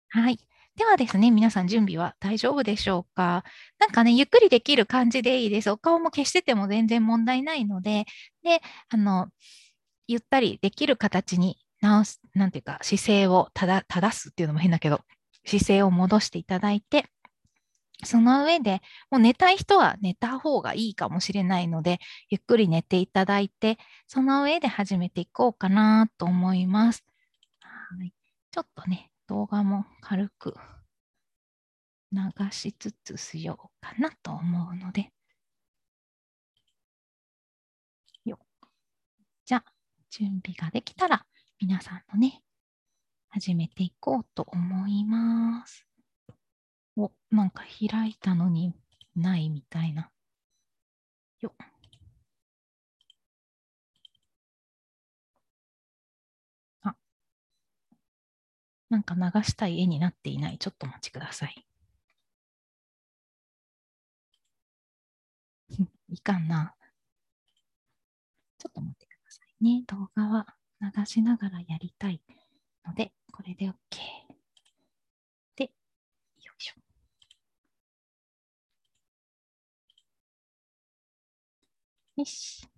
はい。ではですね、皆さん準備は大丈夫でしょうか？なんかね、ゆっくりできる感じでいいです。お顔も消してても全然問題ないので、で、あの、ゆったりできる形に直す、なんていうか、姿勢を正すっていうのも変だけど、姿勢を戻していただいて、その上で、もう寝たい人は寝た方がいいかもしれないので、ゆっくり寝ていただいて、その上で始めていこうかなと思います。はい。ちょっとね、動画も軽く流しつつしようかなと思うので、よじゃあ、準備ができたら、皆さんのね、始めていこうと思います。お、なんか開いたのにないみたいな。よあ、なんか流したい絵になっていない。ちょっとお待ちください。いかんな。ちょっと待ってくださいね。動画は流しながらやりたいので、これで OK。で、よいしょ。よし。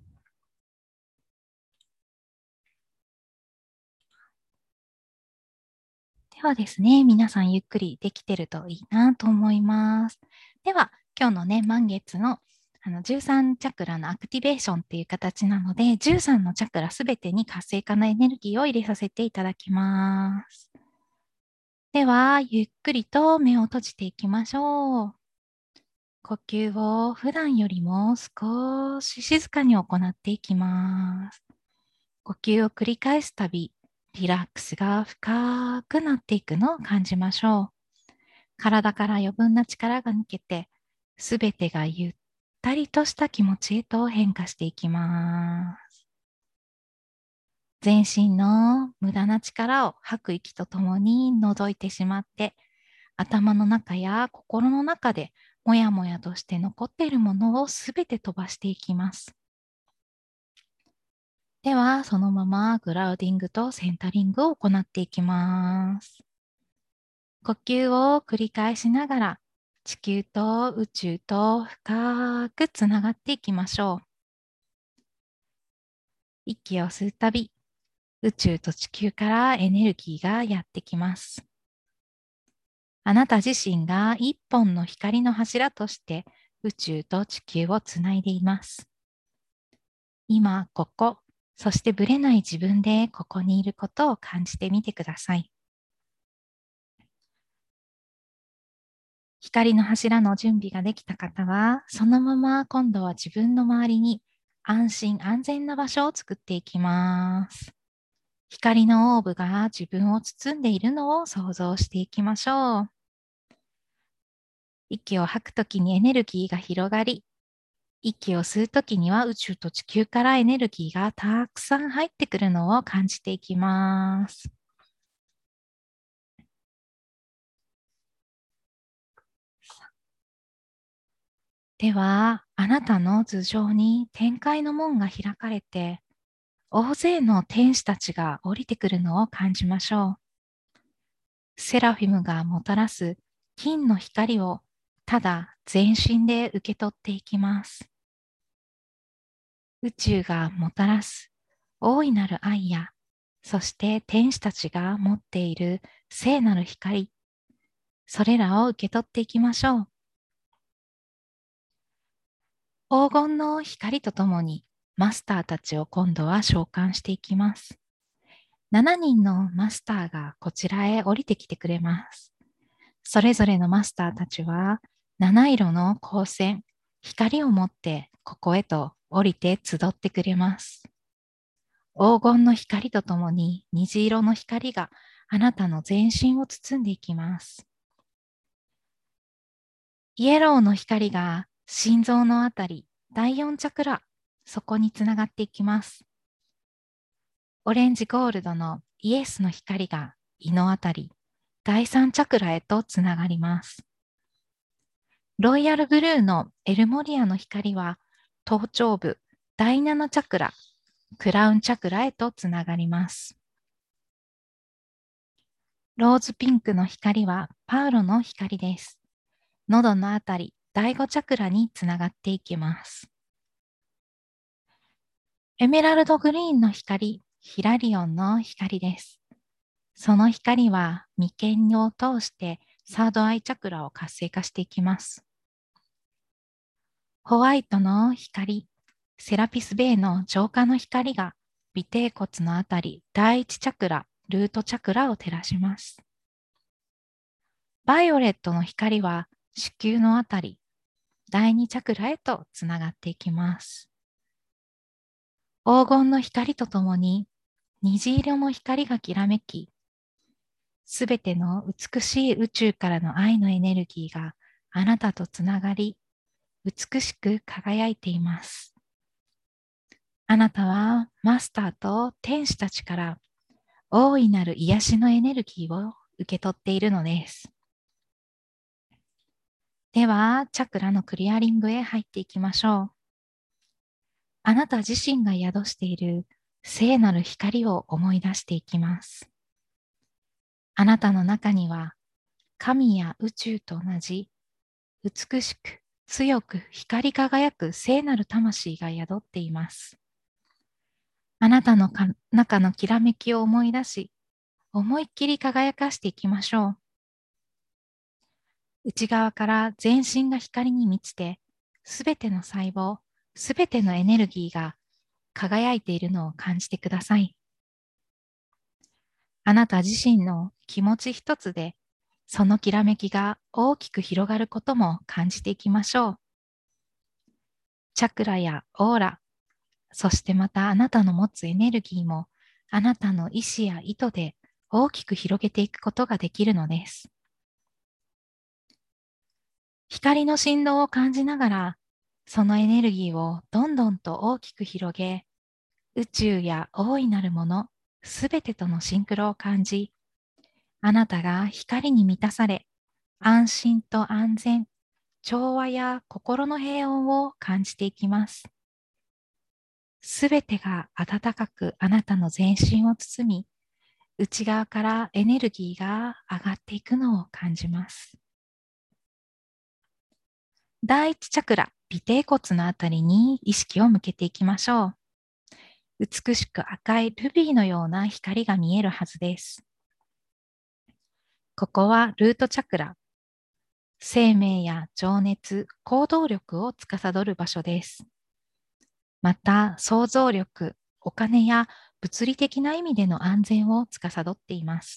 ではですね、皆さんゆっくりできてるといいなと思います。では、今日のね、満月の13チャクラのアクティベーションっていう形なので、13のチャクラすべてに活性化のエネルギーを入れさせていただきます。では、ゆっくりと目を閉じていきましょう。呼吸を普段よりも少し静かに行っていきます。呼吸を繰り返すたび、リラックスが深くなっていくのを感じましょう。体から余分な力が抜けて、すべてがゆったりとした気持ちへと変化していきます。全身の無駄な力を吐く息とともに除いてしまって、頭の中や心の中でもやもやとして残っているものをすべて飛ばしていきます。では、そのままグラウディングとセンタリングを行っていきます。呼吸を繰り返しながら、地球と宇宙と深くつながっていきましょう。息を吸うたび、宇宙と地球からエネルギーがやってきます。あなた自身が一本の光の柱として宇宙と地球をつないでいます。今、ここ、そしてぶれない自分でここにいることを感じてみてください。光の柱の準備ができた方は、そのまま今度は自分の周りに安心安全な場所を作っていきます。光のオーブが自分を包んでいるのを想像していきましょう。息を吐くときにエネルギーが広がり、息を吸うときには宇宙と地球からエネルギーがたくさん入ってくるのを感じていきます。では、あなたの頭上に天界の門が開かれて、大勢の天使たちが降りてくるのを感じましょう。セラフィムがもたらす金の光をただ全身で受け取っていきます。宇宙がもたらす大いなる愛や、そして天使たちが持っている聖なる光、それらを受け取っていきましょう。黄金の光とともにマスターたちを今度は召喚していきます。7人のマスターがこちらへ降りてきてくれます。それぞれのマスターたちは七色の光線、光を持ってここへと降りて集ってくれます。黄金の光とともに虹色の光があなたの全身を包んでいきます。イエローの光が心臓のあたり、第4チャクラ、そこにつながっていきます。オレンジゴールドのイエスの光が胃のあたり、第3チャクラへとつながります。ロイヤルブルーのエルモリアの光は頭頂部、第7チャクラ、クラウンチャクラへとつながります。 ローズピンクの光はパウロの光です。喉のあたり、第5チャクラにつながっていきます。エメラルドグリーンの光、ヒラリオンの光です。その光は眉間を通してサードアイチャクラを活性化していきます。ホワイトの光、セラピスベイの浄化の光が尾てい骨のあたり、第1チャクラ、ルートチャクラを照らします。バイオレットの光は子宮のあたり、第2チャクラへとつながっていきます。黄金の光とともに虹色の光がきらめき、すべての美しい宇宙からの愛のエネルギーがあなたとつながり、美しく輝いています。あなたはマスターと天使たちから大いなる癒しのエネルギーを受け取っているのです。では、チャクラのクリアリングへ入っていきましょう。あなた自身が宿している聖なる光を思い出していきます。あなたの中には神や宇宙と同じ美しく強く光り輝く聖なる魂が宿っています。あなたの中のきらめきを思い出し、思いっきり輝かしていきましょう。内側から全身が光に満ちて、すべての細胞、すべてのエネルギーが輝いているのを感じてください。あなた自身の気持ち一つで、そのきらめきが大きく広がることも感じていきましょう。チャクラやオーラ、そしてまたあなたの持つエネルギーも、あなたの意志や意図で大きく広げていくことができるのです。光の振動を感じながら、そのエネルギーをどんどんと大きく広げ、宇宙や大いなるもの、すべてとのシンクロを感じ、あなたが光に満たされ、安心と安全、調和や心の平穏を感じていきます。すべてが温かくあなたの全身を包み、内側からエネルギーが上がっていくのを感じます。第一チャクラ、尾てい骨のあたりに意識を向けていきましょう。美しく赤いルビーのような光が見えるはずです。ここはルートチャクラ、生命や情熱、行動力を司る場所です。また、想像力、お金や物理的な意味での安全を司っています。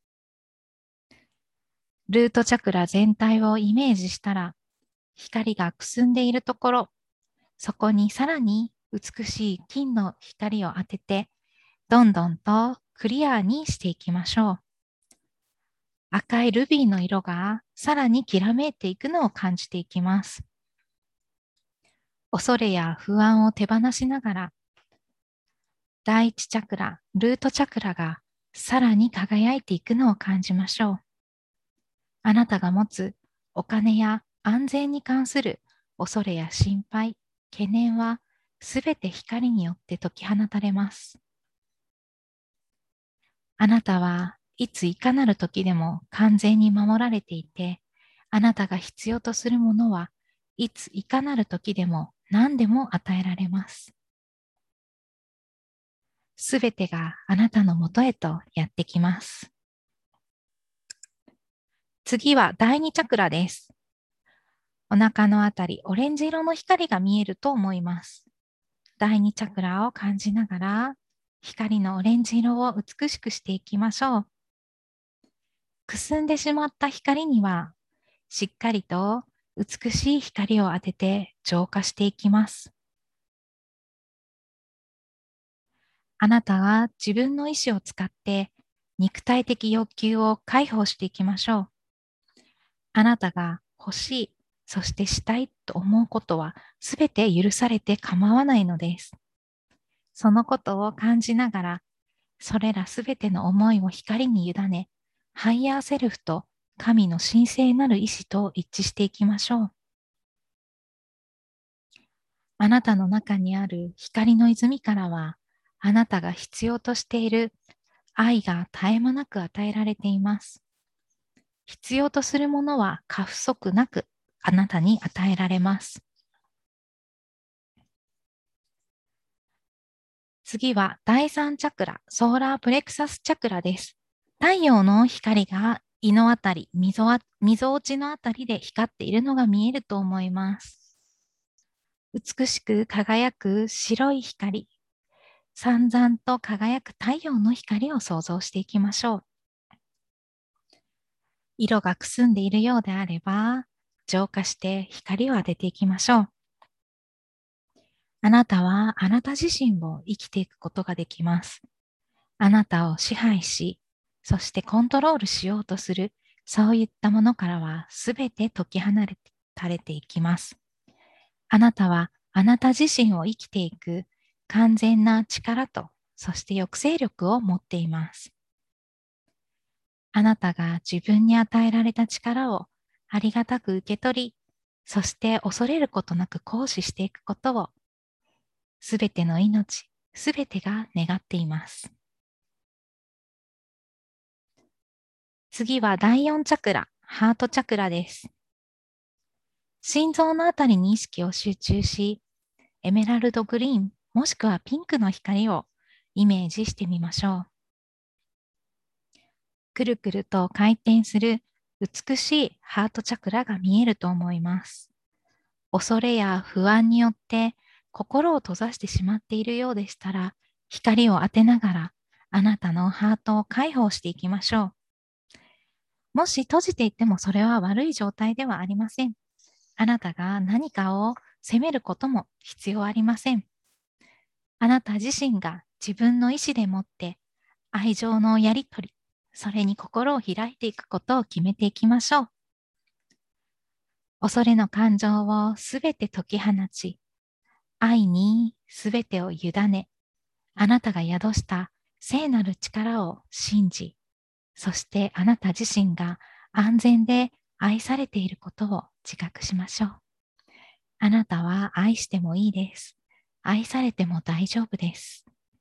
ルートチャクラ全体をイメージしたら、光がくすんでいるところ、そこにさらに美しい金の光を当てて、どんどんとクリアにしていきましょう。赤いルビーの色がさらにきらめいていくのを感じていきます。恐れや不安を手放しながら、第一チャクラ、ルートチャクラがさらに輝いていくのを感じましょう。あなたが持つお金や安全に関する恐れや心配、懸念はすべて光によって解き放たれます。あなたはいついかなる時でも完全に守られていて、あなたが必要とするものはいついかなる時でも何でも与えられます。すべてがあなたのもとへとやってきます。次は第二チャクラです。お腹のあたり、オレンジ色の光が見えると思います。第二チャクラを感じながら、光のオレンジ色を美しくしていきましょう。くすんでしまった光には、しっかりと美しい光を当てて浄化していきます。あなたは自分の意志を使って肉体的欲求を解放していきましょう。あなたが欲しい、そしてしたいと思うことはすべて許されて構わないのです。そのことを感じながら、それらすべての思いを光に委ね、ハイヤーセルフと神の神聖なる意志と一致していきましょう。あなたの中にある光の泉からは、あなたが必要としている愛が絶え間なく与えられています。必要とするものは過不足なくあなたに与えられます。次は第3チャクラ、ソーラープレクサスチャクラです。太陽の光が胃のあたり、みぞおちのあたりで光っているのが見えると思います。美しく輝く白い光、散々と輝く太陽の光を想像していきましょう。色がくすんでいるようであれば、浄化して光を当てていきましょう。あなたはあなた自身を生きていくことができます。あなたを支配し、そしてコントロールしようとする、そういったものからはすべて解き放たれていきます。あなたはあなた自身を生きていく完全な力と、そして抑制力を持っています。あなたが自分に与えられた力をありがたく受け取り、そして恐れることなく行使していくことを、すべての命、すべてが願っています。次は第4チャクラ、ハートチャクラです。心臓のあたりに意識を集中し、エメラルドグリーンもしくはピンクの光をイメージしてみましょう。くるくると回転する美しいハートチャクラが見えると思います。恐れや不安によって心を閉ざしてしまっているようでしたら、光を当てながらあなたのハートを解放していきましょう。もし閉じていてもそれは悪い状態ではありません。あなたが何かを責めることも必要ありません。あなた自身が自分の意志でもって愛情のやりとり、それに心を開いていくことを決めていきましょう。恐れの感情をすべて解き放ち、愛にすべてを委ね、あなたが宿した聖なる力を信じ、そしてあなた自身が安全で愛されていることを自覚しましょう。あなたは愛してもいいです。愛されても大丈夫です。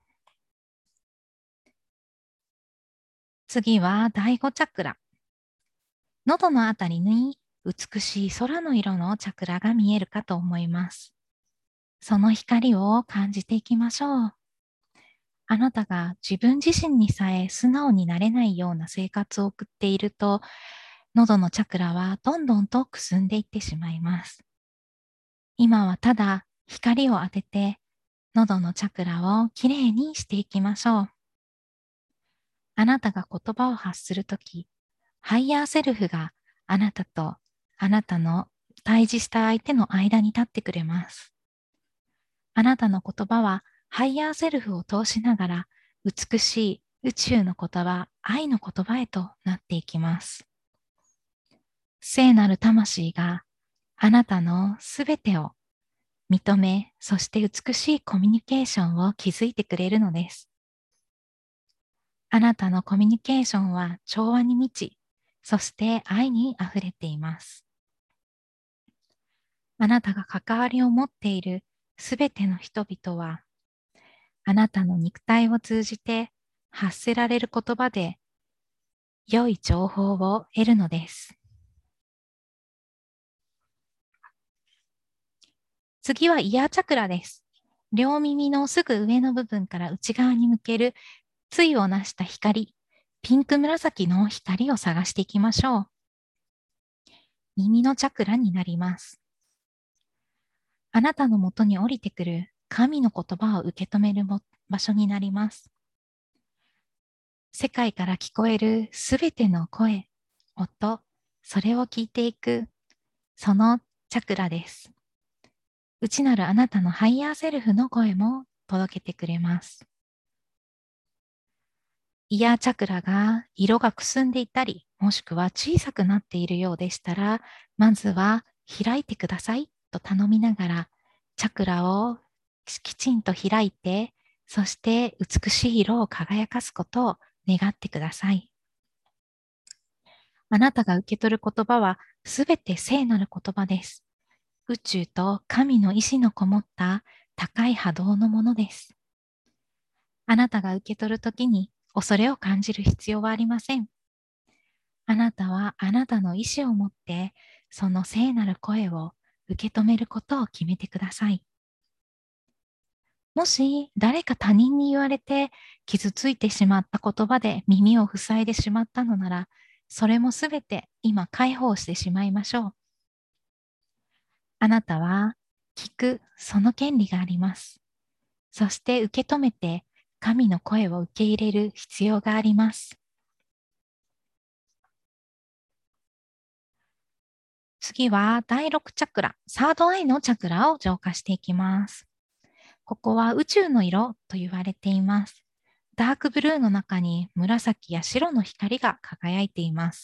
次は第5チャクラ。喉のあたりに美しい空の色のチャクラが見えるかと思います。その光を感じていきましょう。あなたが自分自身にさえ素直になれないような生活を送っていると、喉のチャクラはどんどんとくすんでいってしまいます。今はただ光を当てて、喉のチャクラをきれいにしていきましょう。あなたが言葉を発するとき、ハイヤーセルフがあなたとあなたの対峙した相手の間に立ってくれます。あなたの言葉はハイヤーセルフを通しながら美しい宇宙の言葉、愛の言葉へとなっていきます。聖なる魂があなたのすべてを認め、そして美しいコミュニケーションを築いてくれるのです。あなたのコミュニケーションは調和に満ち、そして愛にあふれています。あなたが関わりを持っているすべての人々は、あなたの肉体を通じて発せられる言葉で良い情報を得るのです。次はイヤーチャクラです。両耳のすぐ上の部分から内側に向ける対をなした光、ピンク紫の光を探していきましょう。耳のチャクラになります。あなたのもとに降りてくる神の言葉を受け止める場所になります。世界から聞こえるすべての声、音、それを聞いていく、そのチャクラです。内なるあなたのハイヤーセルフの声も届けてくれます。イヤーチャクラが色がくすんでいたり、もしくは小さくなっているようでしたら、まずは開いてくださいと頼みながら、チャクラをきちんと開いて、そして美しい色を輝かすことを願ってください。あなたが受け取る言葉はすべて聖なる言葉です。宇宙と神の意志のこもった高い波動のものです。あなたが受け取るときに恐れを感じる必要はありません。あなたはあなたの意志を持って、その聖なる声を受け止めることを決めてください。もし誰か他人に言われて傷ついてしまった言葉で耳を塞いでしまったのなら、それもすべて今解放してしまいましょう。あなたは聞くその権利があります。そして受け止めて神の声を受け入れる必要があります。次は第6チャクラ、サードアイのチャクラを浄化していきます。ここは宇宙の色と言われています。ダークブルーの中に紫や白の光が輝いています。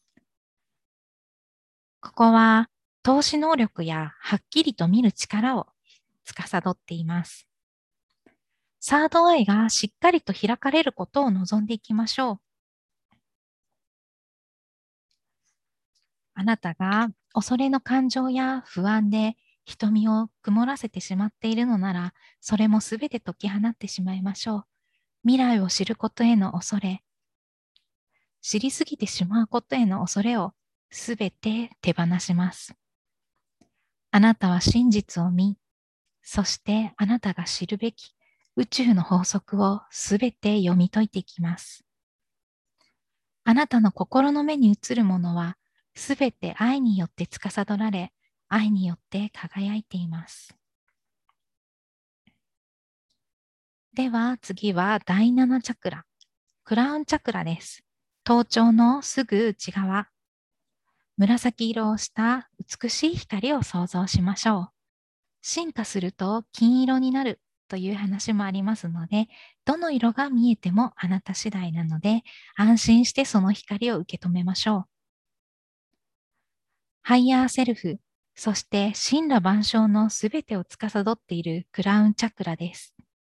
ここは透視能力やはっきりと見る力を司っています。サードアイがしっかりと開かれることを望んでいきましょう。あなたが恐れの感情や不安で瞳を曇らせてしまっているのなら、それもすべて解き放ってしまいましょう。未来を知ることへの恐れ、知りすぎてしまうことへの恐れをすべて手放します。あなたは真実を見、そしてあなたが知るべき宇宙の法則をすべて読み解いていきます。あなたの心の目に映るものはすべて愛によって司られ、愛によって輝いています。では次は第7チャクラ、クラウンチャクラです。頭頂のすぐ内側、紫色をした美しい光を想像しましょう。進化すると金色になるという話もありますので、どの色が見えてもあなた次第なので、安心してその光を受け止めましょう。ハイヤーセルフ、そして神羅万象のすべてを司っているクラウンチャクラです。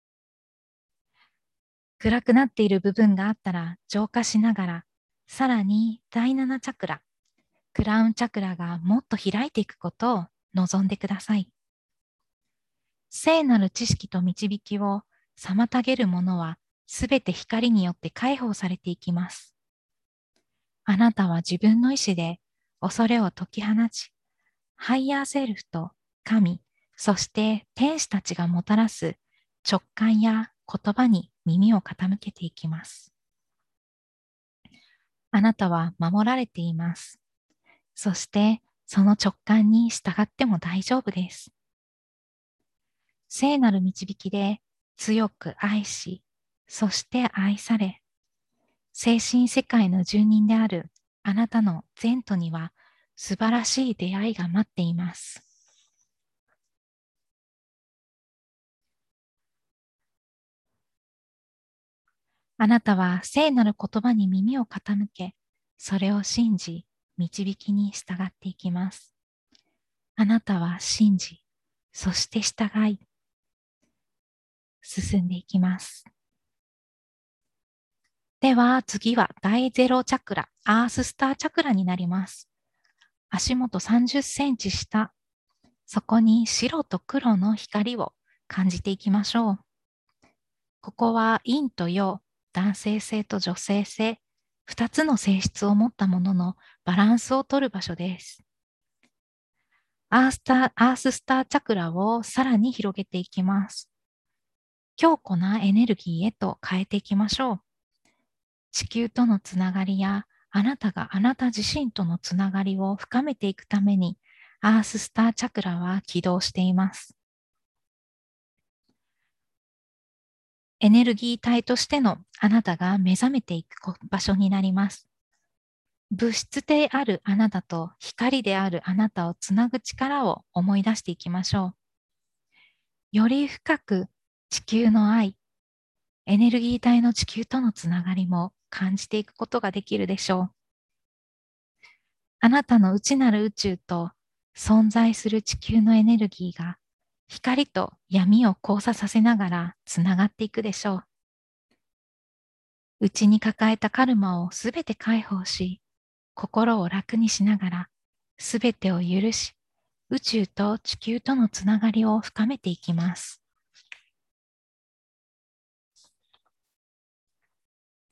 暗くなっている部分があったら浄化しながら、さらに第7チャクラ、クラウンチャクラがもっと開いていくことを望んでください。聖なる知識と導きを妨げるものはすべて光によって解放されていきます。あなたは自分の意志で恐れを解き放ち、ハイヤーセルフと神、そして天使たちがもたらす直感や言葉に耳を傾けていきます。あなたは守られています。そしてその直感に従っても大丈夫です。聖なる導きで強く愛し、そして愛され、精神世界の住人であるあなたの前途には素晴らしい出会いが待っています。あなたは聖なる言葉に耳を傾け、それを信じ、導きに従っていきます。あなたは信じ、そして従い、進んでいきます。では次は第0チャクラ、アーススターチャクラになります。足元30センチ下、そこに白と黒の光を感じていきましょう。ここは陰と陽、男性性と女性性、2つの性質を持ったもののバランスを取る場所です。アーススターチャクラをさらに広げていきます。強固なエネルギーへと変えていきましょう。地球とのつながりやあなたがあなた自身とのつながりを深めていくためにアーススターチャクラは起動しています。エネルギー体としてのあなたが目覚めていく場所になります。物質であるあなたと光であるあなたをつなぐ力を思い出していきましょう。より深く地球の愛、エネルギー体の地球とのつながりも感じていくことができるでしょう。あなたの内なる宇宙と存在する地球のエネルギーが光と闇を交差させながらつながっていくでしょう。内に抱えたカルマをすべて解放し、心を楽にしながらすべてを許し、宇宙と地球とのつながりを深めていきます。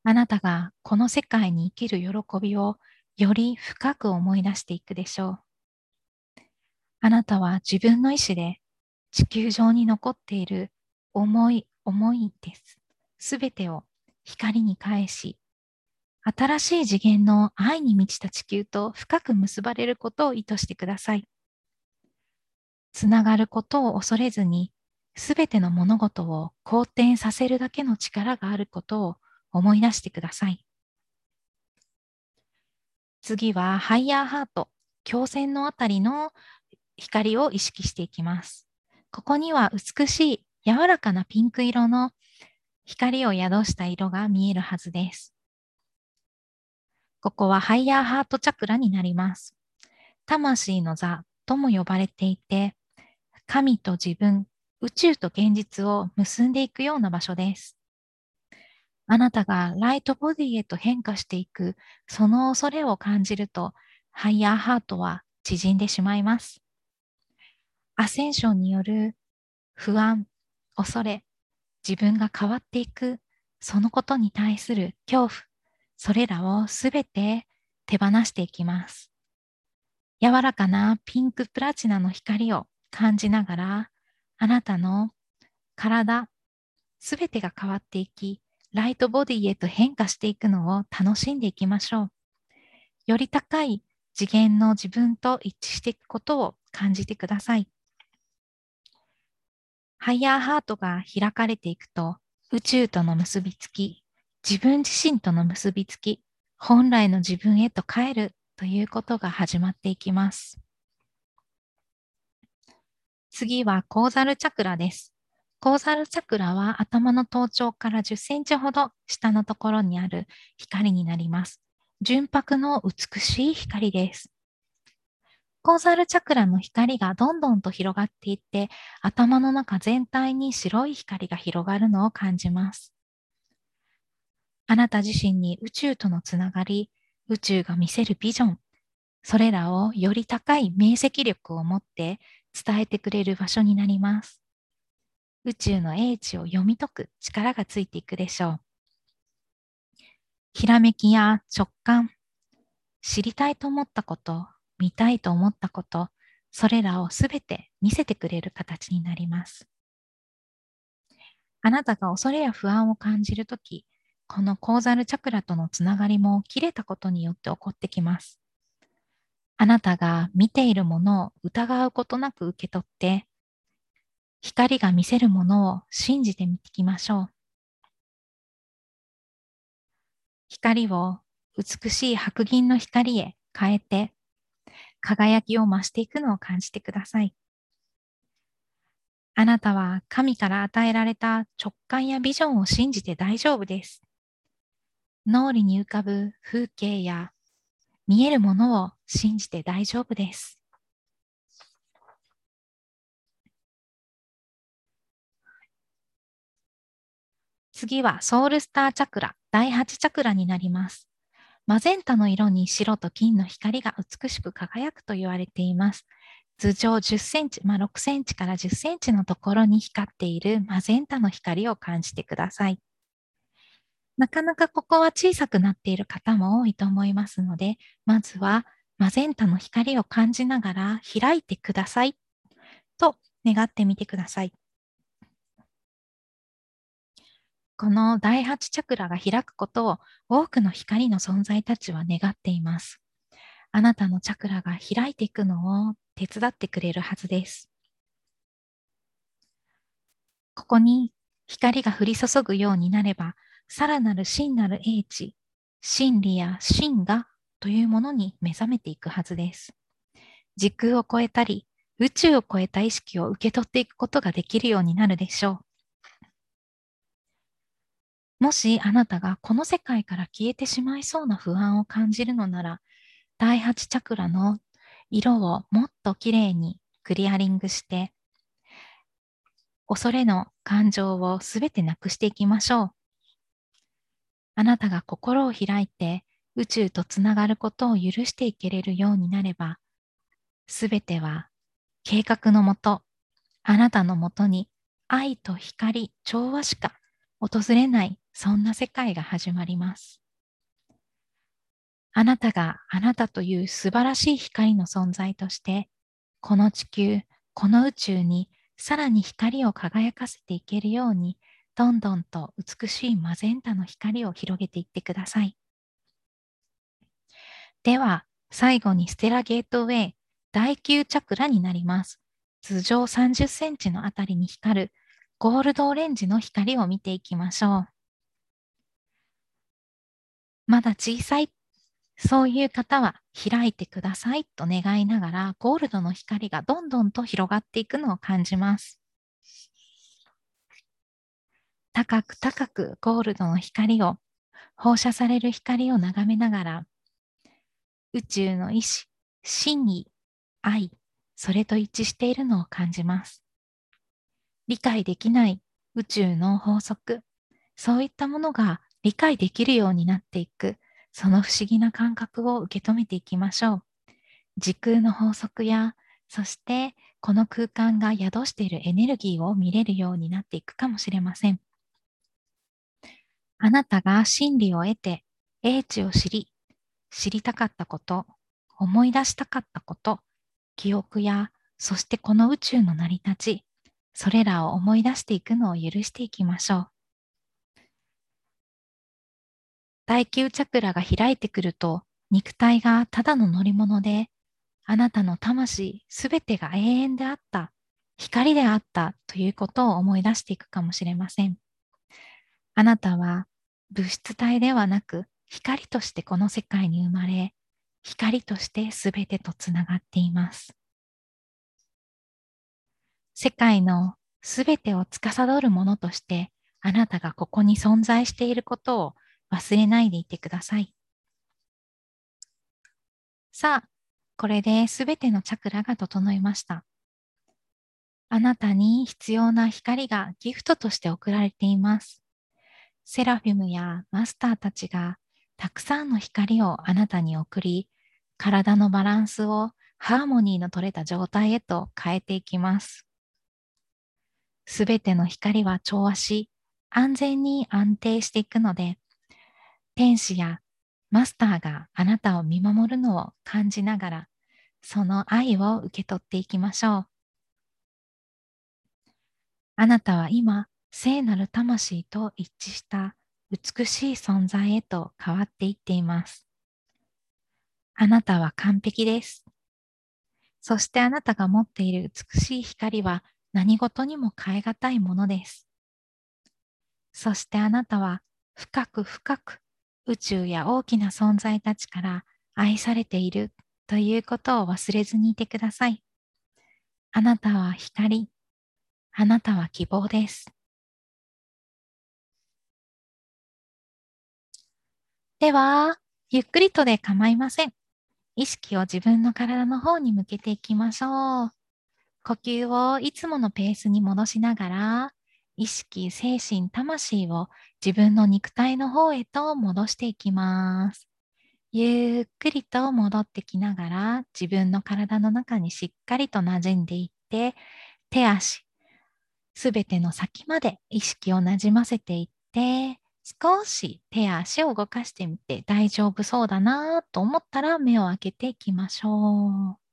あなたがこの世界に生きる喜びをより深く思い出していくでしょう。あなたは自分の意志で地球上に残っている思いです。すべてを光に返し、新しい次元の愛に満ちた地球と深く結ばれることを意図してください。つながることを恐れずに、すべての物事を好転させるだけの力があることを思い出してください。次はハイヤーハート、胸線のあたりの光を意識していきます。ここには美しい柔らかなピンク色の光を宿した色が見えるはずです。ここはハイヤーハートチャクラになります。魂の座とも呼ばれていて、神と自分、宇宙と現実を結んでいくような場所です。あなたがライトボディへと変化していく、その恐れを感じると、ハイヤーハートは縮んでしまいます。アセンションによる不安、恐れ、自分が変わっていく、そのことに対する恐怖、それらをすべて手放していきます。柔らかなピンクプラチナの光を感じながら、あなたの体、すべてが変わっていき、ライトボディへと変化していくのを楽しんでいきましょう。より高い次元の自分と一致していくことを感じてください。ハイヤーハートが開かれていくと、宇宙との結びつき、自分自身との結びつき、本来の自分へと帰るということが始まっていきます。次はコーザルチャクラです。コーザルチャクラは頭の頭頂から10センチほど下のところにある光になります。純白の美しい光です。コーザルチャクラの光がどんどんと広がっていって、頭の中全体に白い光が広がるのを感じます。あなた自身に宇宙とのつながり、宇宙が見せるビジョン、それらをより高い明晰力を持って伝えてくれる場所になります。宇宙の英知を読み解く力がついていくでしょう。ひらめきや直感、知りたいと思ったこと、見たいと思ったこと、それらをすべて見せてくれる形になります。あなたが恐れや不安を感じるとき、このコーザルチャクラとのつながりも切れたことによって起こってきます。あなたが見ているものを疑うことなく受け取って、光が見せるものを信じてみていきましょう。光を美しい白銀の光へ変えて、輝きを増していくのを感じてください。あなたは神から与えられた直感やビジョンを信じて大丈夫です。脳裏に浮かぶ風景や見えるものを信じて大丈夫です。次はソウルスターチャクラ、第8チャクラになります。マゼンタの色に白と金の光が美しく輝くと言われています。頭上10センチ、6センチから10センチのところに光っているマゼンタの光を感じてください。なかなかここは小さくなっている方も多いと思いますので、まずはマゼンタの光を感じながら開いてくださいと願ってみてください。この第8チャクラが開くことを多くの光の存在たちは願っています。あなたのチャクラが開いていくのを手伝ってくれるはずです。ここに光が降り注ぐようになれば、さらなる真なる英知、真理や真がというものに目覚めていくはずです。時空を超えたり、宇宙を超えた意識を受け取っていくことができるようになるでしょう。もしあなたがこの世界から消えてしまいそうな不安を感じるのなら、第8チャクラの色をもっときれいにクリアリングして、恐れの感情をすべてなくしていきましょう。あなたが心を開いて宇宙とつながることを許していけれるようになれば、すべては計画のもと、あなたのもとに愛と光、調和しか訪れないそんな世界が始まります。あなたがあなたという素晴らしい光の存在として、この地球、この宇宙にさらに光を輝かせていけるように、どんどんと美しいマゼンタの光を広げていってください。では、最後にステラゲートウェイ第9チャクラになります。頭上30センチのあたりに光るゴールドオレンジの光を見ていきましょう。まだ小さい、そういう方は開いてくださいと願いながら、ゴールドの光がどんどんと広がっていくのを感じます。高く高くゴールドの光を、放射される光を眺めながら、宇宙の意志、真意、愛、それと一致しているのを感じます。理解できない宇宙の法則、そういったものが理解できるようになっていく、その不思議な感覚を受け止めていきましょう。時空の法則や、そしてこの空間が宿しているエネルギーを見れるようになっていくかもしれません。あなたが真理を得て、英知を知り、知りたかったこと、思い出したかったこと、記憶や、そしてこの宇宙の成り立ち、それらを思い出していくのを許していきましょう。第9チャクラが開いてくると、肉体がただの乗り物で、あなたの魂すべてが永遠であった、光であったということを思い出していくかもしれません。あなたは物質体ではなく光としてこの世界に生まれ、光としてすべてとつながっています。世界のすべてを司るものとして、あなたがここに存在していることを忘れないでいてください。さあ、これですべてのチャクラが整いました。あなたに必要な光がギフトとして送られています。セラフィムやマスターたちがたくさんの光をあなたに送り、体のバランスをハーモニーの取れた状態へと変えていきます。すべての光は調和し、安全に安定していくので、天使やマスターがあなたを見守るのを感じながら、その愛を受け取っていきましょう。あなたは今、聖なる魂と一致した美しい存在へと変わっていっています。あなたは完璧です。そしてあなたが持っている美しい光は何事にも代え難いものです。そしてあなたは深く深く宇宙や大きな存在たちから愛されているということを忘れずにいてください。あなたは光。あなたは希望です。では、ゆっくりとで構いません。意識を自分の体の方に向けていきましょう。呼吸をいつものペースに戻しながら、意識、精神、魂を自分の肉体の方へと戻していきます。ゆっくりと戻ってきながら、自分の体の中にしっかりと馴染んでいって、手足、すべての先まで意識をなじませていって、少し手や足を動かしてみて大丈夫そうだなと思ったら目を開けていきましょう。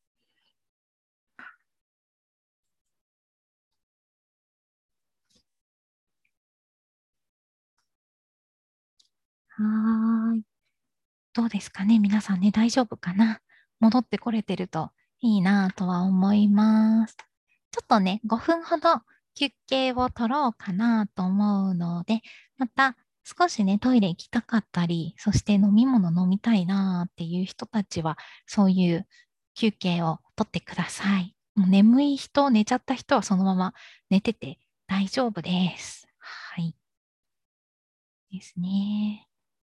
はーい。どうですかね皆さんね、大丈夫かな戻ってこれてるといいなとは思います。ちょっとね、5分ほど休憩を取ろうかなと思うので、また少しね、トイレ行きたかったり、そして飲み物飲みたいなっていう人たちは、そういう休憩を取ってください。もう眠い人、寝ちゃった人はそのまま寝てて大丈夫です。はい。ですね。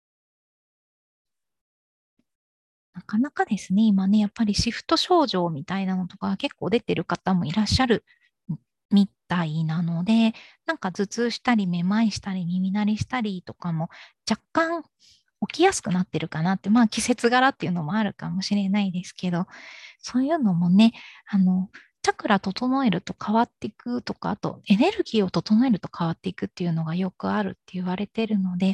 なかなかですね、今ね、やっぱりシフト症状みたいなのとか結構出てる方もいらっしゃるみたいなので、なんか頭痛したり、めまいしたり、耳鳴りしたりとかも若干起きやすくなってるかなって、まあ季節柄っていうのもあるかもしれないですけど、そういうのもね、 チャクラ整えると変わっていくとか、あとエネルギーを整えると変わっていくっていうのがよくあるって言われてるので、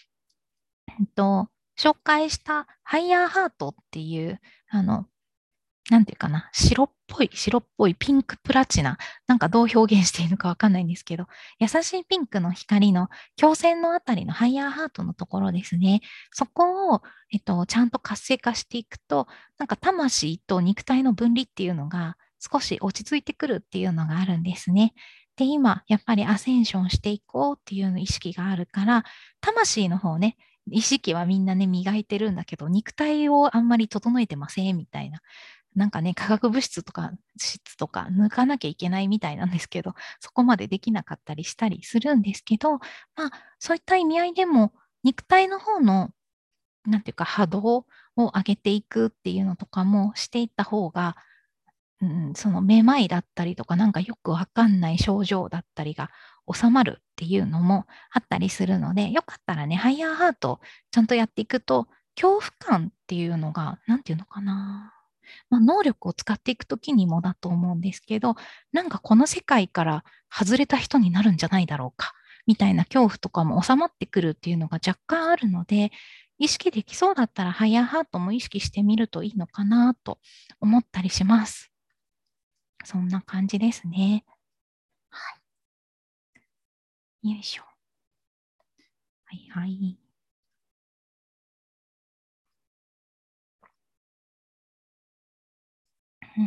紹介したハイヤーハートっていう、なんていうかな、白っぽいピンクプラチナ、なんかどう表現していいのかわかんないんですけど、優しいピンクの光の鏡線のあたりのハイヤーハートのところですね。そこを、ちゃんと活性化していくと、なんか魂と肉体の分離っていうのが少し落ち着いてくるっていうのがあるんですね。で、今、やっぱりアセンションしていこうっていう意識があるから、魂の方ね、意識はみんなね、磨いてるんだけど、肉体をあんまり整えてませんみたいな。なんかね、化学物質とか質とか抜かなきゃいけないみたいなんですけど、そこまでできなかったりしたりするんですけど、まあ、そういった意味合いでも、肉体の方の、なんていうか、波動を上げていくっていうのとかもしていった方が、そのめまいだったりとか、なんかよくわかんない症状だったりが収まるっていうのもあったりするので、よかったらね、ハイヤーハートちゃんとやっていくと、恐怖感っていうのが、なんていうのかな。まあ、能力を使っていくときにもだと思うんですけど、なんかこの世界から外れた人になるんじゃないだろうか、みたいな恐怖とかも収まってくるっていうのが若干あるので、意識できそうだったらハイヤーハートも意識してみるといいのかなと思ったりします。そんな感じですね。はい。よいしょ。はいはい。うん。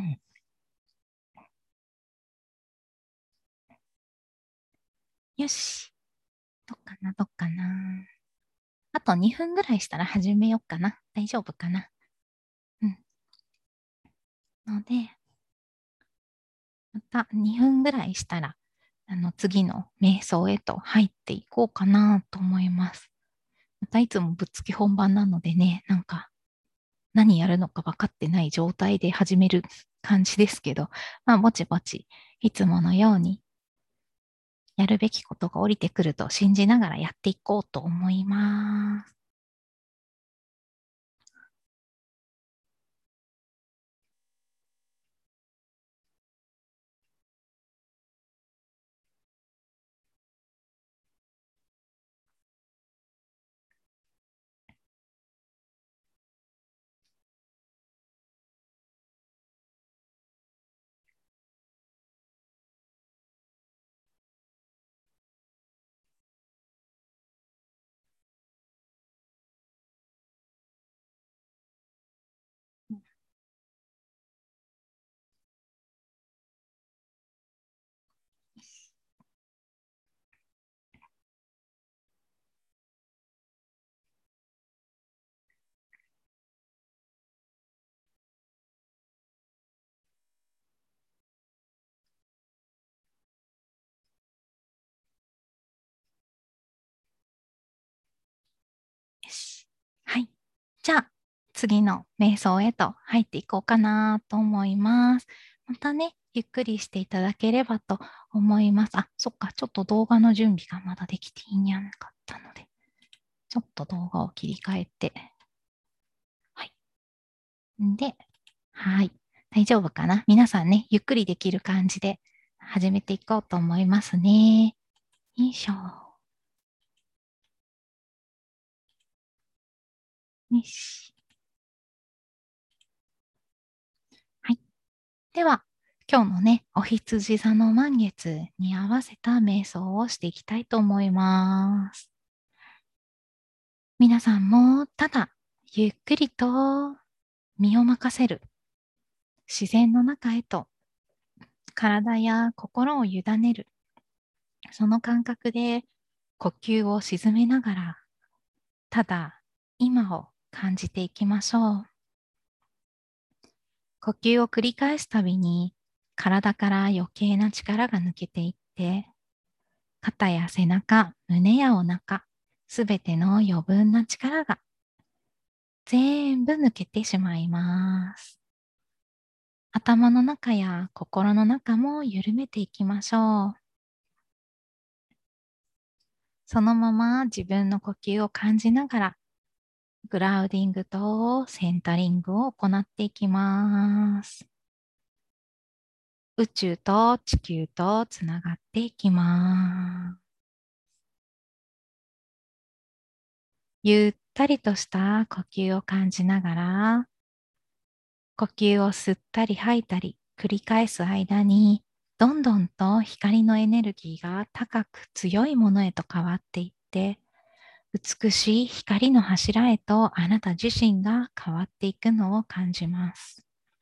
よし。どっかな、どっかな。あと2分ぐらいしたら始めようかな。大丈夫かな。うん。ので、また2分ぐらいしたら、次の瞑想へと入っていこうかなと思います。またいつもぶっつけ本番なのでね、なんか何やるのか分かってない状態で始める感じですけど、まあぼちぼちいつものようにやるべきことが降りてくると信じながらやっていこうと思います。よし。はい。じゃあ、次の瞑想へと入っていこうかなと思います。またね、ゆっくりしていただければと思います。あ、そっか、ちょっと動画の準備がまだできていなかったので、ちょっと動画を切り替えて、はい。で、はい。大丈夫かな皆さんね、ゆっくりできる感じで始めていこうと思いますね。よいしょ。よし。はい。では、今日のね、お羊座の満月に合わせた瞑想をしていきたいと思います。皆さんもただゆっくりと身を任せる自然の中へと体や心を委ねるその感覚で呼吸を沈めながらただ今を感じていきましょう。呼吸を繰り返すたびに体から余計な力が抜けていって肩や背中、胸やお腹、すべての余分な力が全部抜けてしまいます。頭の中や心の中も緩めていきましょう。そのまま自分の呼吸を感じながら、グラウディングとセンタリングを行っていきます。 宇宙と地球とつながっていきます。ゆったりとした呼吸を感じながら、呼吸を吸ったり吐いたり繰り返す間に、どんどんと光のエネルギーが高く強いものへと変わっていって、美しい光の柱へとあなた自身が変わっていくのを感じます。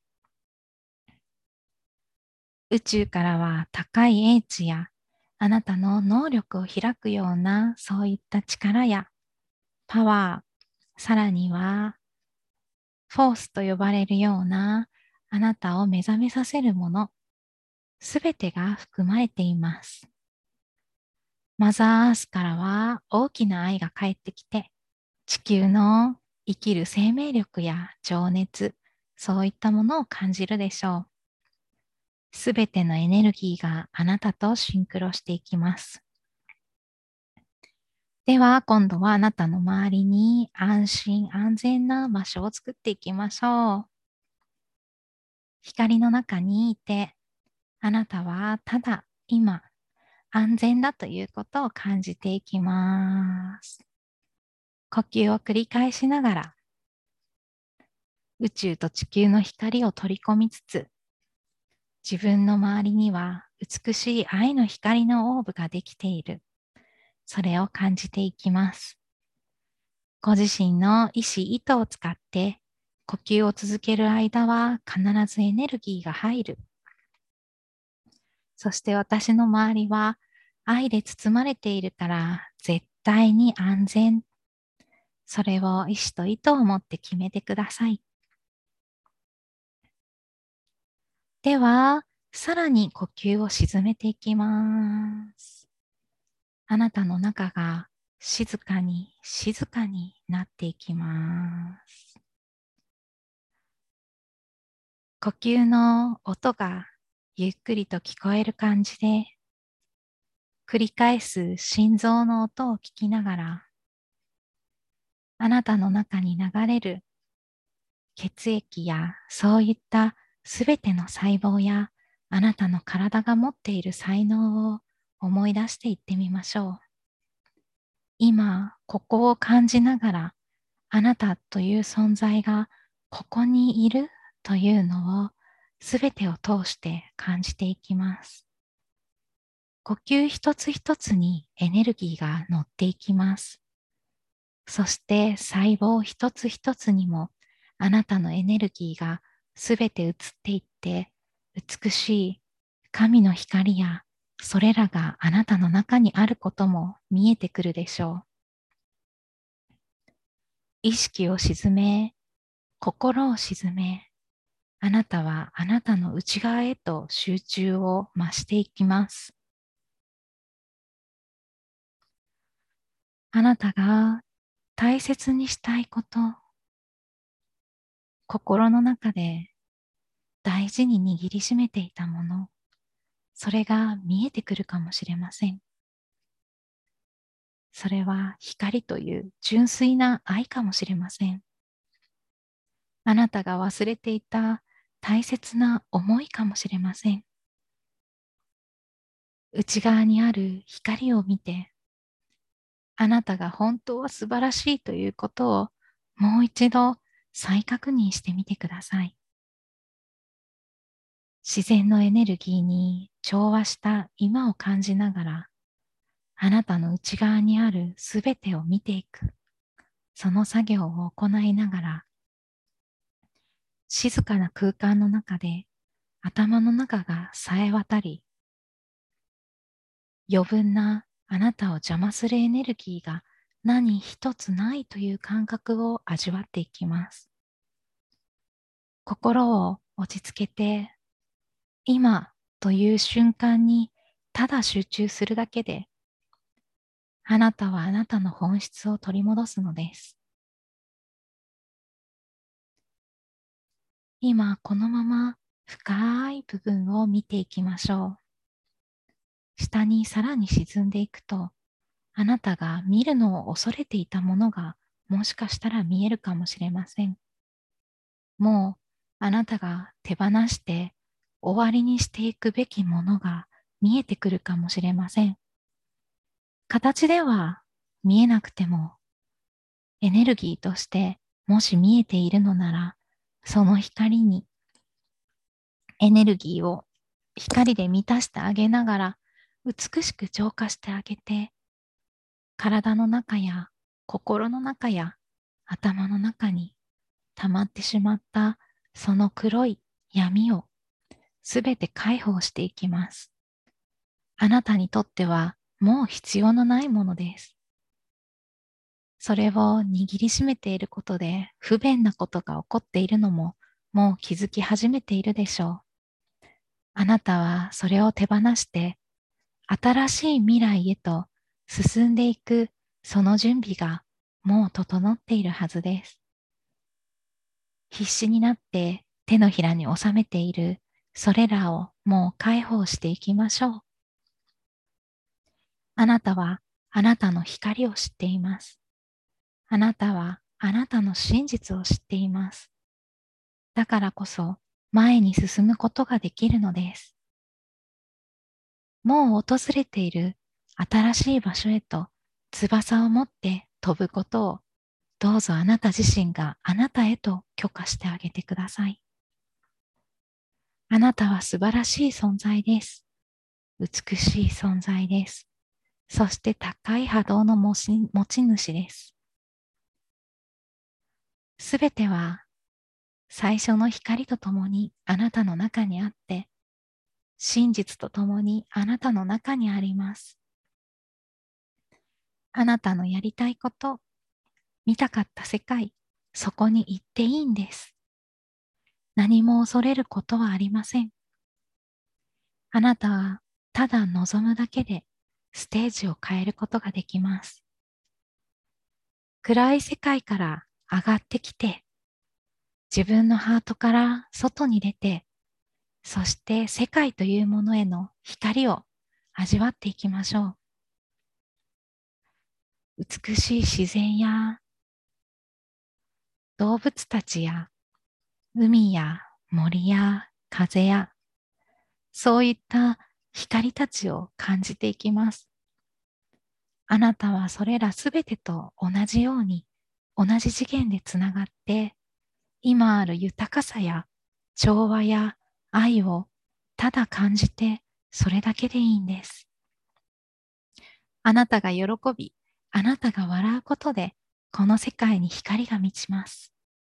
宇宙からは高い英知やあなたの能力を開くようなそういった力やパワー、さらにはフォースと呼ばれるようなあなたを目覚めさせるもの、すべてが含まれています。マザーアースからは大きな愛が返ってきて、地球の生きる生命力や情熱、そういったものを感じるでしょう。すべてのエネルギーがあなたとシンクロしていきます。では、今度はあなたの周りに安心安全な場所を作っていきましょう。光の中にいて、あなたはただ今安全だということを感じていきます。呼吸を繰り返しながら宇宙と地球の光を取り込みつつ、自分の周りには美しい愛の光のオーブができている。それを感じていきます。ご自身の意志、意図を使って呼吸を続ける間は必ずエネルギーが入る。そして私の周りは愛で包まれているから絶対に安全。それを意志と意図を持って決めてください。では、さらに呼吸を沈めていきます。あなたの中が静かに静かになっていきます。呼吸の音がゆっくりと聞こえる感じで、繰り返す心臓の音を聞きながら、あなたの中に流れる血液やそういったすべての細胞やあなたの体が持っている才能を思い出していってみましょう。今、ここを感じながら、あなたという存在がここにいるというのをすべてを通して感じていきます。呼吸一つ一つにエネルギーが乗っていきます。そして細胞一つ一つにもあなたのエネルギーがすべて移っていって、美しい神の光やそれらがあなたの中にあることも見えてくるでしょう。意識を沈め、心を沈め、あなたはあなたの内側へと集中を増していきます。あなたが大切にしたいこと、心の中で大事に握りしめていたもの、それが見えてくるかもしれません。それは光という純粋な愛かもしれません。あなたが忘れていた大切な思いかもしれません。内側にある光を見て、あなたが本当は素晴らしいということをもう一度再確認してみてください。自然のエネルギーに調和した今を感じながら、あなたの内側にあるすべてを見ていく、その作業を行いながら、静かな空間の中で頭の中が冴え渡り、余分なあなたを邪魔するエネルギーが何一つないという感覚を味わっていきます。心を落ち着けて、今という瞬間にただ集中するだけで、あなたはあなたの本質を取り戻すのです。今このまま深い部分を見ていきましょう。下にさらに沈んでいくと、あなたが見るのを恐れていたものがもしかしたら見えるかもしれません。もうあなたが手放して終わりにしていくべきものが見えてくるかもしれません。形では見えなくても、エネルギーとしてもし見えているのなら、その光にエネルギーを光で満たしてあげながら、美しく浄化してあげて、体の中や心の中や頭の中に溜まってしまったその黒い闇をすべて解放していきます。あなたにとってはもう必要のないものです。それを握りしめていることで不便なことが起こっているのももう気づき始めているでしょう。あなたはそれを手放して新しい未来へと進んでいくその準備がもう整っているはずです。必死になって手のひらに収めているそれらをもう解放していきましょう。あなたはあなたの光を知っています。あなたはあなたの真実を知っています。だからこそ前に進むことができるのです。もう訪れている新しい場所へと翼を持って飛ぶことをどうぞあなた自身があなたへと許可してあげてください。あなたは素晴らしい存在です。美しい存在です。そして高い波動の持ち主です。すべては最初の光とともにあなたの中にあって、真実とともにあなたの中にあります。あなたのやりたいこと、見たかった世界、そこに行っていいんです。何も恐れることはありません。あなたはただ望むだけでステージを変えることができます。暗い世界から上がってきて、自分のハートから外に出て、そして世界というものへの光を味わっていきましょう。美しい自然や動物たちや海や森や風やそういった光たちを感じていきます。あなたはそれらすべてと同じように同じ次元でつながって今ある豊かさや調和や愛をただ感じてそれだけでいいんです。あなたが喜び、あなたが笑うことでこの世界に光が満ちます。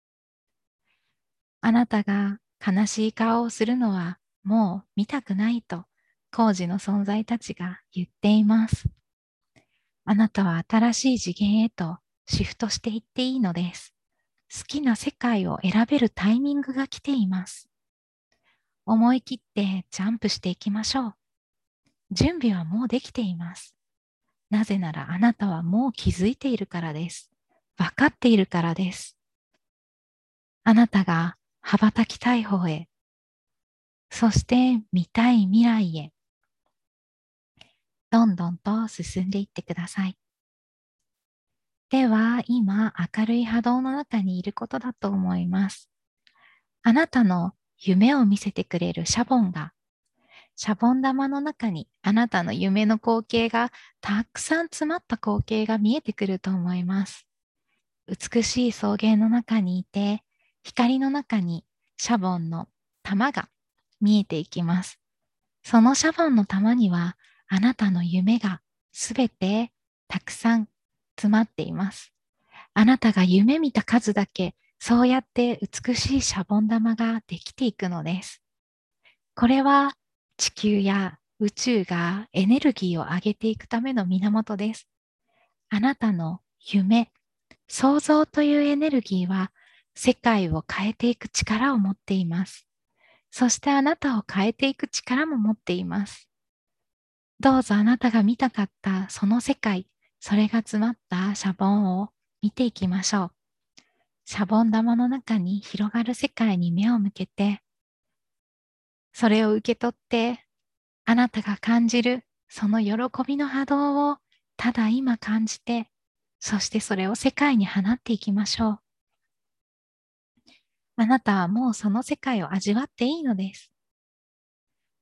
あなたが悲しい顔をするのはもう見たくないと工事の存在たちが言っています。あなたは新しい次元へとシフトしていっていいのです。好きな世界を選べるタイミングが来ています。思い切ってジャンプしていきましょう。準備はもうできています。なぜならあなたはもう気づいているからです。分かっているからです。あなたが羽ばたきたい方へ、そして見たい未来へ、どんどんと進んでいってください。では、今、明るい波動の中にいることだと思います。あなたの夢を見せてくれるシャボンが、シャボン玉の中にあなたの夢の光景がたくさん詰まった光景が見えてくると思います。美しい草原の中にいて、光の中にシャボンの玉が見えていきます。そのシャボンの玉には、あなたの夢がすべてたくさん詰まっています。あなたが夢見た数だけ、そうやって美しいシャボン玉ができていくのです。これは地球や宇宙がエネルギーを上げていくための源です。あなたの夢、創造というエネルギーは世界を変えていく力を持っています。そしてあなたを変えていく力も持っています。どうぞあなたが見たかったその世界、それが詰まったシャボンを見ていきましょう。シャボン玉の中に広がる世界に目を向けて、それを受け取って、あなたが感じるその喜びの波動をただ今感じて、そしてそれを世界に放っていきましょう。あなたはもうその世界を味わっていいのです。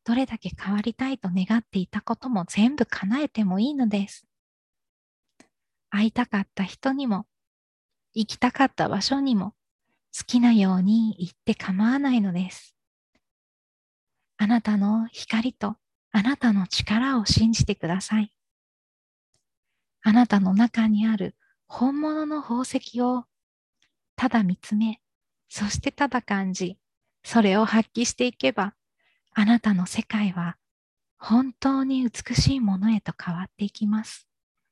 どれだけ変わりたいと願っていたことも全部叶えてもいいのです。会いたかった人にも、行きたかった場所にも、好きなように行って構わないのです。あなたの光とあなたの力を信じてください。あなたの中にある本物の宝石をただ見つめ、そしてただ感じ、それを発揮していけば、あなたの世界は本当に美しいものへと変わっていきます。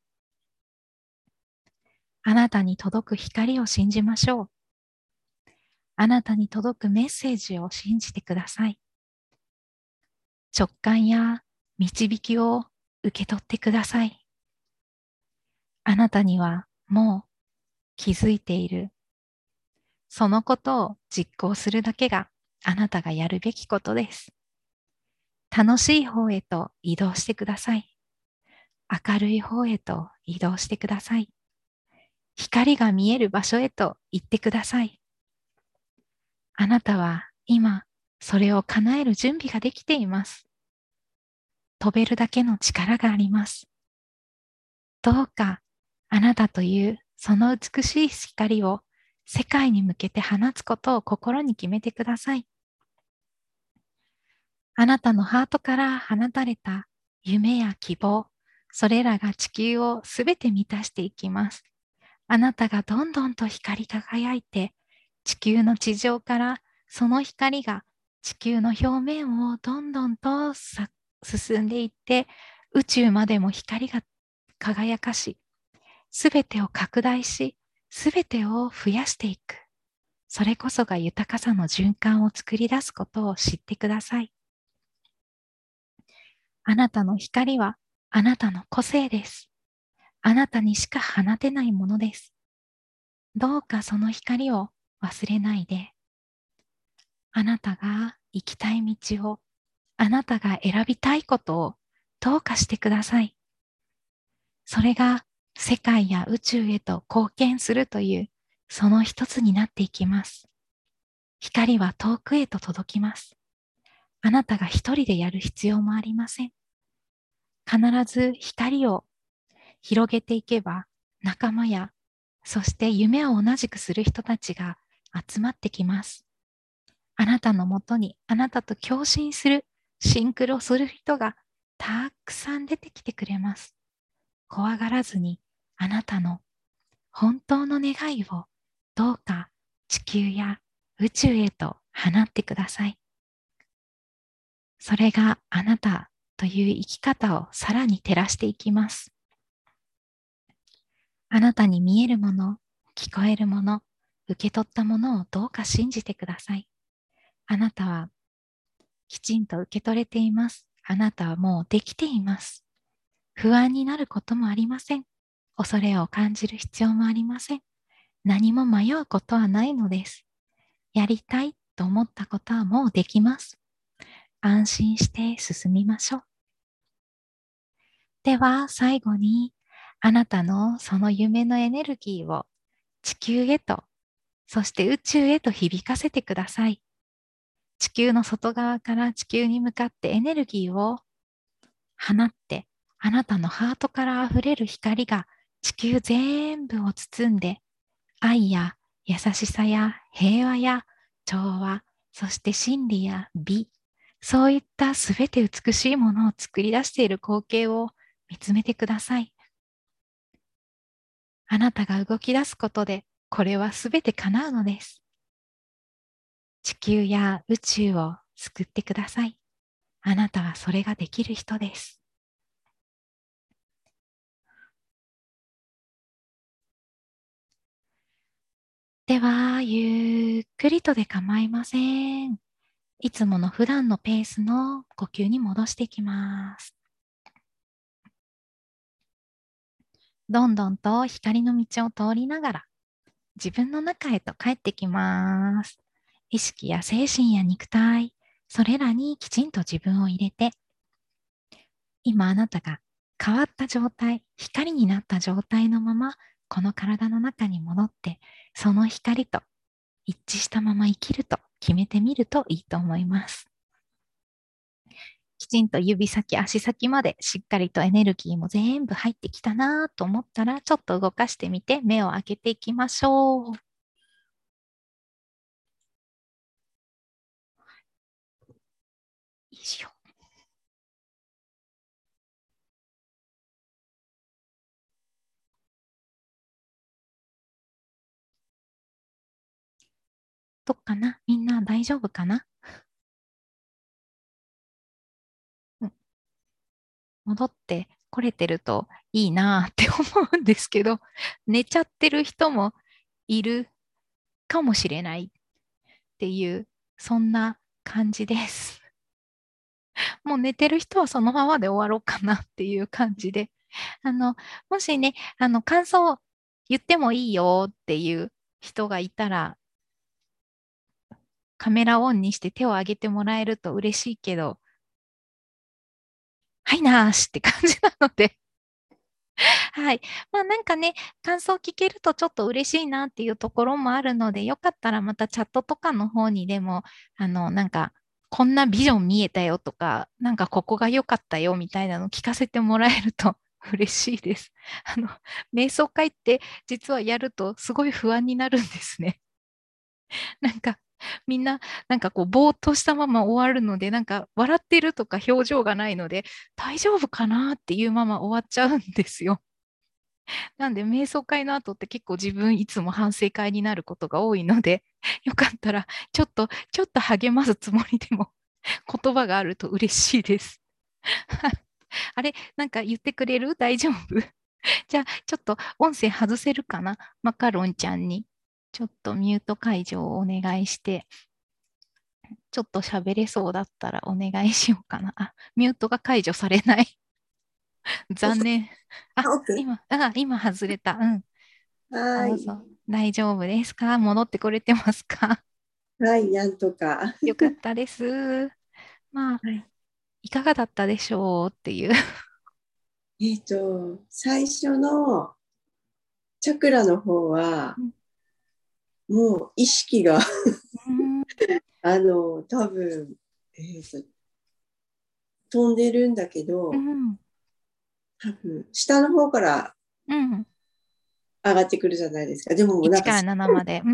あなたに届く光を信じましょう。あなたに届くメッセージを信じてください。直感や導きを受け取ってください。あなたにはもう気づいている。そのことを実行するだけがあなたがやるべきことです。楽しい方へと移動してください。明るい方へと移動してください。光が見える場所へと行ってください。あなたは今、それを叶える準備ができています。飛べるだけの力があります。どうか、あなたというその美しい光を世界に向けて放つことを心に決めてください。あなたのハートから放たれた夢や希望、それらが地球をすべて満たしていきます。あなたがどんどんと光り輝いて、地球の地上からその光が地球の表面をどんどんと進んでいって、宇宙までも光が輝かし、すべてを拡大し、すべてを増やしていく。それこそが豊かさの循環を作り出すことを知ってください。あなたの光はあなたの個性です。あなたにしか放てないものです。どうかその光を忘れないで、あなたが行きたい道を、あなたが選びたいことをどうかしてください。それが世界や宇宙へと貢献するというその一つになっていきます。光は遠くへと届きます。あなたが一人でやる必要もありません。必ず光を広げていけば仲間や、そして夢を同じくする人たちが集まってきます。あなたのもとにあなたと共振する、シンクロする人がたくさん出てきてくれます。怖がらずにあなたの本当の願いをどうか地球や宇宙へと放ってください。それがあなたという生き方をさらに照らしていきます。あなたに見えるもの、聞こえるもの、受け取ったものをどうか信じてください。あなたはきちんと受け取れています。あなたはもうできています。不安になることもありません。恐れを感じる必要もありません。何も迷うことはないのです。やりたいと思ったことはもうできます。安心して進みましょう。では最後に、あなたのその夢のエネルギーを地球へと、そして宇宙へと響かせてください。地球の外側から地球に向かってエネルギーを放って、あなたのハートから溢れる光が地球全部を包んで、愛や優しさや平和や調和、そして真理や美、そういったすべて美しいものを作り出している光景を見つめてください。あなたが動き出すことで、これはすべて叶うのです。地球や宇宙を救ってください。あなたはそれができる人です。では、ゆっくりとで構いません。いつもの普段のペースの呼吸に戻していきます。どんどんと光の道を通りながら自分の中へと帰ってきます。意識や精神や肉体、それらにきちんと自分を入れて、今あなたが変わった状態、光になった状態のまま、この体の中に戻って、その光と一致したまま生きると決めてみるといいと思います。 ちんと指先、足先までしっかりとエネルギーも全部入ってきたなと思ったら、ちょっと動かしてみて、目を開けていきましょう。いいしょ。どっかな、みんな大丈夫かな。うん、戻ってこれてるといいなって思うんですけど、寝ちゃってる人もいるかもしれないっていう、そんな感じです。もう寝てる人はそのままで終わろうかなっていう感じで。あの、もしね、感想言ってもいいよっていう人がいたら、カメラオンにして手を挙げてもらえると嬉しいけど、はいなーしって感じなので、はい。まあなんかね、感想聞けるとちょっと嬉しいなっていうところもあるので、よかったらまたチャットとかの方にでも、なんか、こんなビジョン見えたよとか、なんかここが良かったよみたいなの聞かせてもらえると嬉しいです。瞑想会って実はやるとすごい不安になるんですね。なんか、みんな、なんかこう、ぼーっとしたまま終わるので、なんか、笑ってるとか表情がないので、大丈夫かなっていうまま終わっちゃうんですよ。なんで、瞑想会の後って結構自分いつも反省会になることが多いので、よかったら、ちょっと励ますつもりでも言葉があると嬉しいです。あれ、なんか言ってくれる？大丈夫？じゃあ、ちょっと音声外せるかな？マカロンちゃんに。ちょっとミュート解除をお願いして、ちょっと喋れそうだったらお願いしようかな。あ、ミュートが解除されない。残念。あ、 あ、OK。 今外れた。うん。 はい。 どうぞ。大丈夫ですか？戻ってこれてますか？ はい、なんとか。 よかったです。まあ、 はい。 いかがだったでしょうっていう。 最初のチャクラの方は、もう意識がうん、 多分、飛んでるんだけど、 うん、 多分、下の方からうん。 上がってくるじゃないですか。でももうな 1 んか、 から7まで。うん、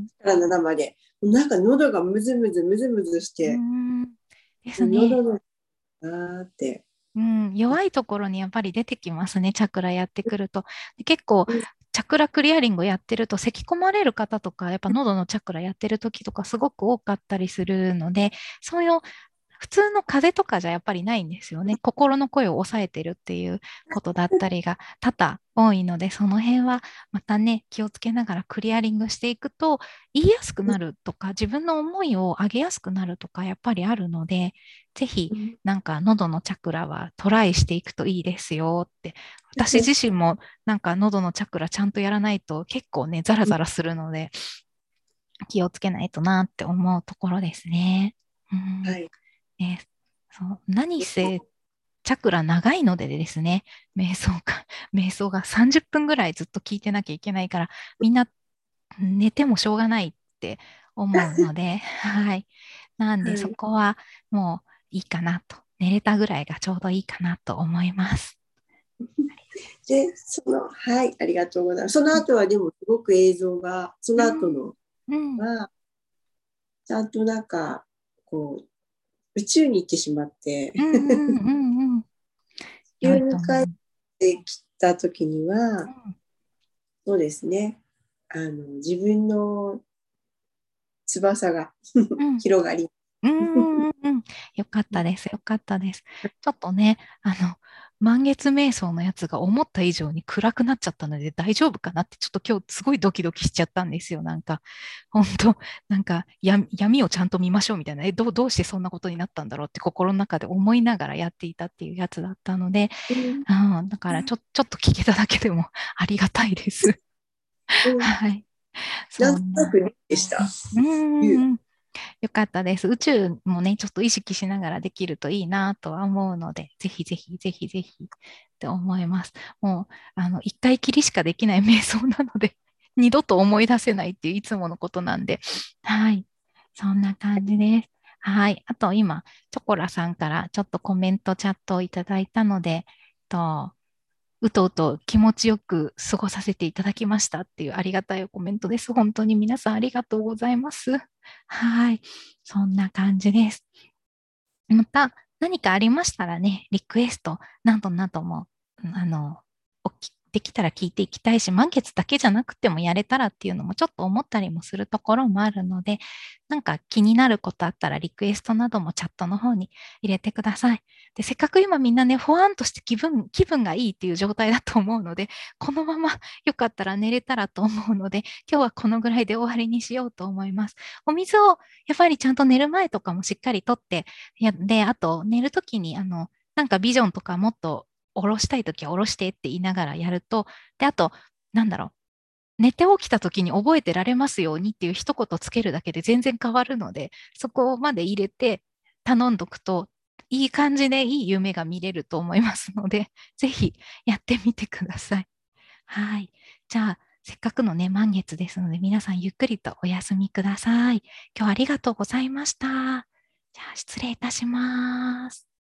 から生で、なんか喉がムズムズ、ムズムズしうて、 ん。うん。ですね。 喉の、なーって。 うん、弱いところにやっぱり出てきますね、チャクラやってくると。で結構、チャクラクリアリングやってると、咳込まれる方とか、やっぱ喉のチャクラやってる時とかすごく多かったりするので、そういう普通の風邪とかじゃやっぱりないんですよね。心の声を抑えてるっていうことだったりが多々多いので、その辺はまたね、気をつけながらクリアリングしていくと、言いやすくなるとか、自分の思いを上げやすくなるとか、やっぱりあるので、ぜひ、なんか喉のチャクラはトライしていくといいですよって。私自身もなんか喉のチャクラちゃんとやらないと結構ね、ザラザラするので気をつけないとなって思うところですね。うん、 はい。 そう、何せチャクラ長いのでですね、瞑想が30分ぐらいずっと聞いてなきゃいけないから、みんな寝てもしょうがないって思うので、はい。なんでそはい。 こはもういいかなと。寝れたぐらいがちょうどいいかなと思います。 で、はい、ありがとうございます。その後はでもすごく映像が、その後うん、 のうん、 は、ちゃんとなんか、こう、宇宙に行ってしまって、 うん、うん、うん、うん。 地球良いとに帰っ思う。 てきた時には、 うん、 そうですね、自分の翼がうん、 広がり、 うん、うん、うん。よかったです。よかったです。ちょっとね、満月瞑想のやつが思った以上に暗くなっちゃったので大丈夫かなって、ちょっと今日すごいドキドキしちゃったんですよ。なんか、本当なんか闇をちゃんと見ましょうみたいな、どうしてそんなことになったんだろうって心の中で思いながらやっていたっていうやつだったので、 うん、 うん、だからちょっと聞けただけでもありがたいです。 うん、 はい。 なんそんな。 となくでした。 うん、よかったです。宇宙もね、ちょっと意識しながらできるといいなとは思うので、ぜひぜひぜひぜひって思います。もう、一回きりしかできない瞑想なので、二度と思い出せないっていういつものことなんで、はい。そんな感じです。 はい。あと今、チョコラさんからちょっとコメントチャットをいただいたので、と、うとうと気持ちよく過ごさせていただきましたっていうありがたいコメントです。本当に皆さんありがとうございます。はい。そんな感じです。また何かありましたらね、リクエスト、なんとも、できたら聞いていきたいし、満月だけじゃなくてもやれたらっていうのもちょっと思ったりもするところもあるので、なんか気になることあったらリクエストなどもチャットの方に入れてください。で、せっかく今みんなね、ふわんとして気分がいいっていう状態だと思うので、このままよかったら寝れたらと思うので、今日はこのぐらいで終わりにしようと思います。お水をやっぱりちゃんと寝る前とかもしっかりとって、で、あと寝るときになんかビジョンとかもっと下ろしたいときは下ろしてって言いながらやると、で、あと、なんだろう、寝て起きたときに覚えてられますようにっていう一言つけるだけで全然変わるので、そこまで入れて頼んどくと、いい感じでいい夢が見れると思いますので、ぜひやってみてください。はい。じゃあ、せっかくのね、満月ですので、皆さんゆっくりとお休みください。今日はありがとうございました。じゃあ、失礼いたします。